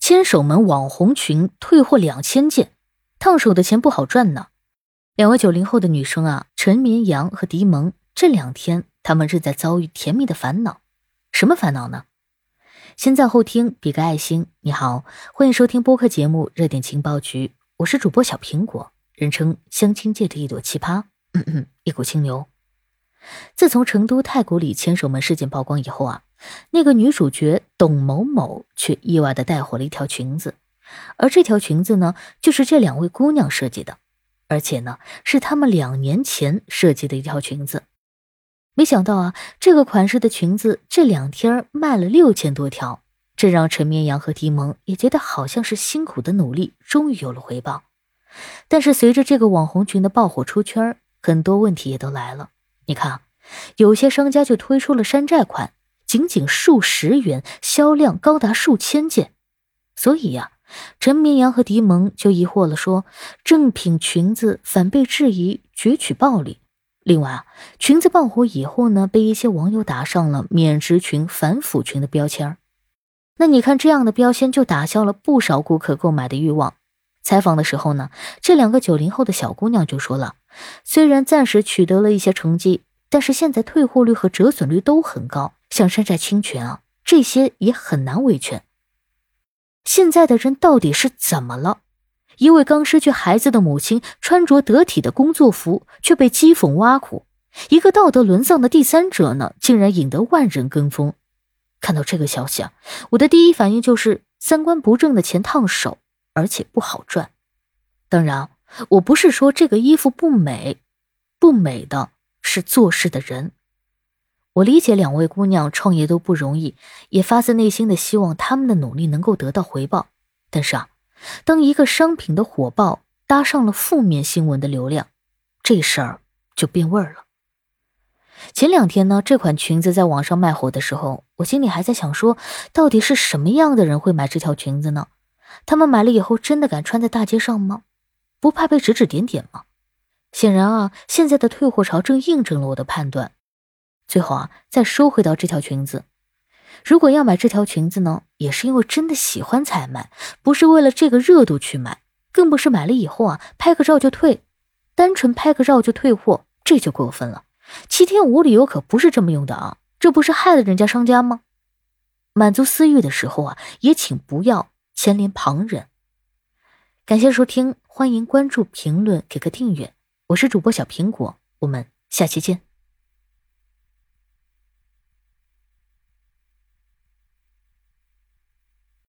千手门网红裙退货2000件，烫手的钱不好赚呢。两位90后的女生啊，陈绵阳和迪蒙，这2天她们正在遭遇甜蜜的烦恼。什么烦恼呢？先在后听，比个爱心。你好，欢迎收听播客节目《热点情报局》，我是主播小苹果，人称相亲界的一朵奇葩，一股清流。自从成都太古里千手门事件曝光以后啊，那个女主角董某某却意外地带火了一条裙子，而这条裙子呢，就是这2位姑娘设计的，而且呢，是她们2年前设计的一条裙子。没想到啊，这个款式的裙子这2天卖了6000多条，这让陈绵阳和迪蒙也觉得好像是辛苦的努力终于有了回报。但是随着这个网红裙的爆火出圈，很多问题也都来了。你看啊，有些商家就推出了山寨款，仅数十元，销量高达数千件。所以呀，陈绵阳和迪蒙就疑惑了，说正品裙子反被质疑攫取暴利。另外啊，裙子爆火以后呢，被一些网友打上了免职裙、反腐裙的标签。那你看，这样的标签就打消了不少顾客购买的欲望。采访的时候呢，这2个90后的小姑娘就说了，虽然暂时取得了一些成绩，但是现在退货率和折损率都很高，像山寨侵权啊，这些也很难维权。现在的人到底是怎么了？一位刚失去孩子的母亲穿着得体的工作服，却被讥讽挖苦；一个道德沦丧的第三者呢，竟然引得万人跟风。看到这个消息啊，我的第一反应就是三观不正的钱烫手，而且不好赚。当然，我不是说这个衣服不美，不美的是做事的人。我理解2位姑娘创业都不容易，也发自内心的希望她们的努力能够得到回报。但是啊，当一个商品的火爆搭上了负面新闻的流量，这事儿就变味儿了。前2天呢，这款裙子在网上卖火的时候，我心里还在想说，到底是什么样的人会买这条裙子呢？他们买了以后真的敢穿在大街上吗？不怕被指指点点吗？显然啊，现在的退货潮正印证了我的判断。最后啊，再说回到这条裙子，如果要买这条裙子呢，也是因为真的喜欢才买，不是为了这个热度去买，更不是买了以后啊拍个照就退，单纯拍个照就退货，这就过分了。7天无理由可不是这么用的啊，这不是害了人家商家吗？满足私欲的时候啊，也请不要牵连旁人。感谢收听，欢迎关注、评论、给个订阅，我是主播小苹果，我们下期见。